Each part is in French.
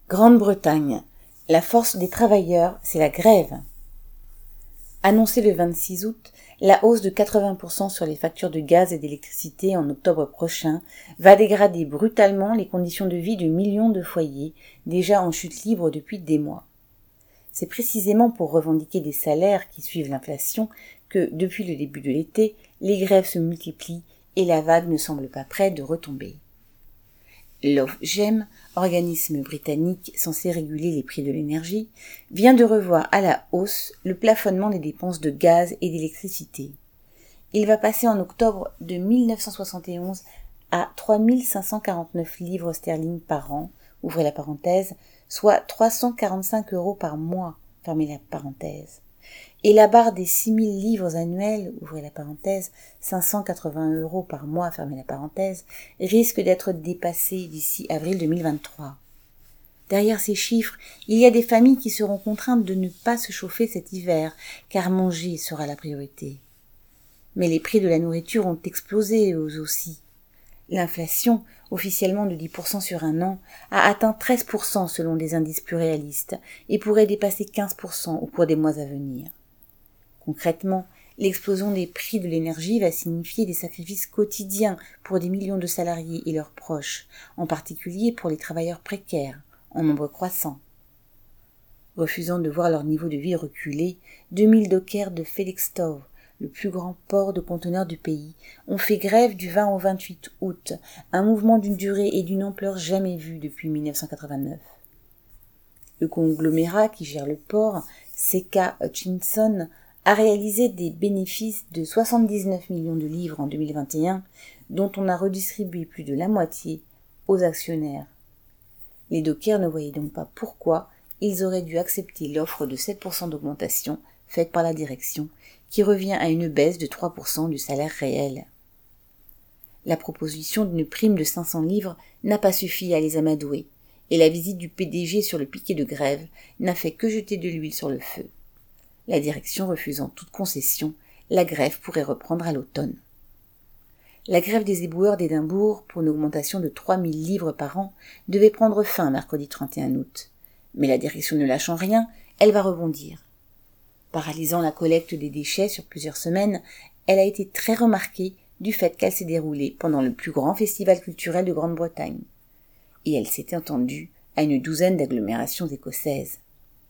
Grande-Bretagne. La force des travailleurs, c'est la grève. Annoncée le 26 août, la hausse de 80% sur les factures de gaz et d'électricité en octobre prochain va dégrader brutalement les conditions de vie de millions de foyers, déjà en chute libre depuis des mois. C'est précisément pour revendiquer des salaires qui suivent l'inflation que, depuis le début de l'été, les grèves se multiplient et la vague ne semble pas près de retomber. L'Ofgem, organisme britannique censé réguler les prix de l'énergie, vient de revoir à la hausse le plafonnement des dépenses de gaz et d'électricité. Il va passer en octobre de 1971 à 3 549 livres sterling par an, ouvrez la parenthèse, soit 345 € par mois, fermez la parenthèse. Et la barre des 6 000 livres annuels, ouvrez la parenthèse, 580 € par mois, fermez la parenthèse, risque d'être dépassée d'ici avril 2023. Derrière ces chiffres, il y a des familles qui seront contraintes de ne pas se chauffer cet hiver, car manger sera la priorité. Mais les prix de la nourriture ont explosé eux aussi. L'inflation, officiellement de 10% sur un an, a atteint 13% selon des indices plus réalistes et pourrait dépasser 15% au cours des mois à venir. Concrètement, l'explosion des prix de l'énergie va signifier des sacrifices quotidiens pour des millions de salariés et leurs proches, en particulier pour les travailleurs précaires, en nombre croissant. Refusant de voir leur niveau de vie reculer, 2000 dockers de Felixstowe, le plus grand port de conteneurs du pays, ont fait grève du 20 au 28 août, un mouvement d'une durée et d'une ampleur jamais vue depuis 1989. Le conglomérat qui gère le port, CK Hutchison, a réalisé des bénéfices de 79 millions de livres en 2021, dont on a redistribué plus de la moitié aux actionnaires. Les dockers ne voyaient donc pas pourquoi ils auraient dû accepter l'offre de 7% d'augmentation faite par la direction, qui revient à une baisse de 3% du salaire réel. La proposition d'une prime de 500 livres n'a pas suffi à les amadouer, et la visite du PDG sur le piquet de grève n'a fait que jeter de l'huile sur le feu. La direction refusant toute concession, la grève pourrait reprendre à l'automne. La grève des éboueurs d'Édimbourg, pour une augmentation de 3 000 livres par an, devait prendre fin mercredi 31 août. Mais la direction ne lâchant rien, elle va rebondir. Paralysant la collecte des déchets sur plusieurs semaines, elle a été très remarquée du fait qu'elle s'est déroulée pendant le plus grand festival culturel de Grande-Bretagne. Et elle s'est étendue à une douzaine d'agglomérations écossaises.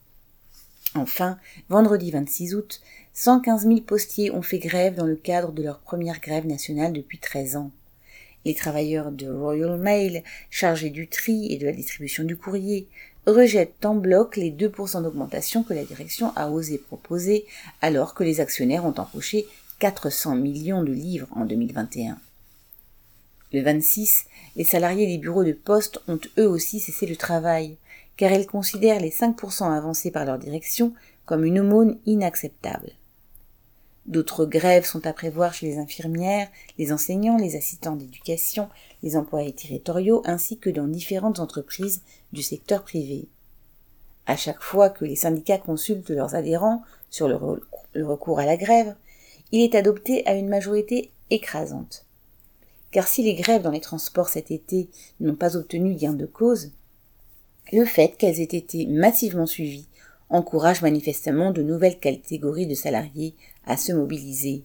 Enfin, vendredi 26 août, 115 000 postiers ont fait grève dans le cadre de leur première grève nationale depuis 13 ans. Les travailleurs de Royal Mail, chargés du tri et de la distribution du courrier, rejettent en bloc les 2% d'augmentation que la direction a osé proposer alors que les actionnaires ont empoché 400 millions de livres en 2021. Le 26, les salariés des bureaux de poste ont eux aussi cessé le travail, car ils considèrent les 5% avancés par leur direction comme une aumône inacceptable. D'autres grèves sont à prévoir chez les infirmières, les enseignants, les assistants d'éducation, les employés territoriaux ainsi que dans différentes entreprises du secteur privé. À chaque fois que les syndicats consultent leurs adhérents sur le recours à la grève, il est adopté à une majorité écrasante. Car si les grèves dans les transports cet été n'ont pas obtenu gain de cause, le fait qu'elles aient été massivement suivies encourage manifestement de nouvelles catégories de salariés à se mobiliser.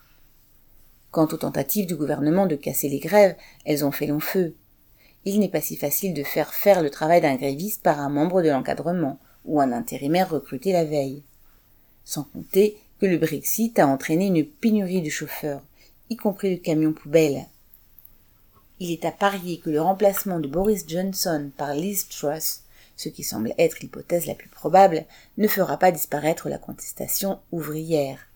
Quant aux tentatives du gouvernement de casser les grèves, elles ont fait long feu. Il n'est pas si facile de faire le travail d'un gréviste par un membre de l'encadrement ou un intérimaire recruté la veille. Sans compter que le Brexit a entraîné une pénurie de chauffeurs, y compris de camions poubelles. Il est à parier que le remplacement de Boris Johnson par Liz Truss, ce qui semble être l'hypothèse la plus probable, ne fera pas disparaître la contestation ouvrière.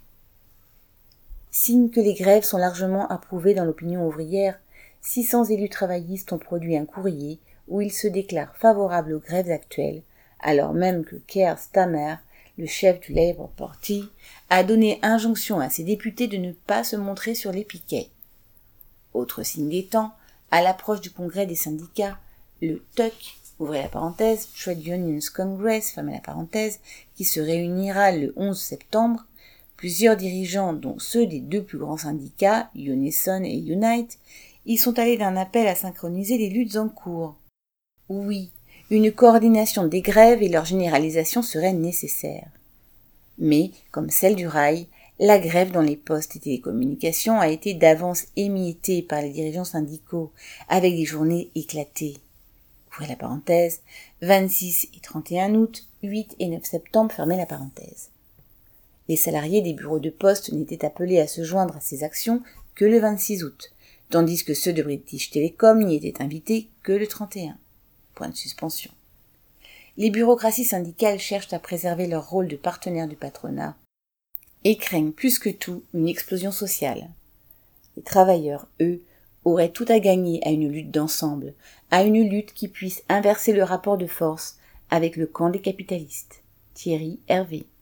Signe que les grèves sont largement approuvées dans l'opinion ouvrière, 600 élus travaillistes ont produit un courrier où ils se déclarent favorables aux grèves actuelles, alors même que Keir Starmer, le chef du Labour Party, a donné injonction à ses députés de ne pas se montrer sur les piquets. Autre signe des temps, à l'approche du congrès des syndicats, le TUC, ouvrez la parenthèse, Trade Unions Congress, fermez la parenthèse, qui se réunira le 11 septembre, plusieurs dirigeants, dont ceux des deux plus grands syndicats, Unison et Unite, y sont allés d'un appel à synchroniser les luttes en cours. Oui, une coordination des grèves et leur généralisation serait nécessaire. Mais, comme celle du rail, la grève dans les postes et télécommunications a été d'avance émiettée par les dirigeants syndicaux, avec des journées éclatées. Ouvrez la parenthèse, 26 et 31 août, 8 et 9 septembre, fermez la parenthèse. Les salariés des bureaux de poste n'étaient appelés à se joindre à ces actions que le 26 août, tandis que ceux de British Telecom n'y étaient invités que le 31. Point de suspension. Les bureaucraties syndicales cherchent à préserver leur rôle de partenaire du patronat et craignent plus que tout une explosion sociale. Les travailleurs, eux, auraient tout à gagner à une lutte d'ensemble, à une lutte qui puisse inverser le rapport de force avec le camp des capitalistes. Thierry Hervé.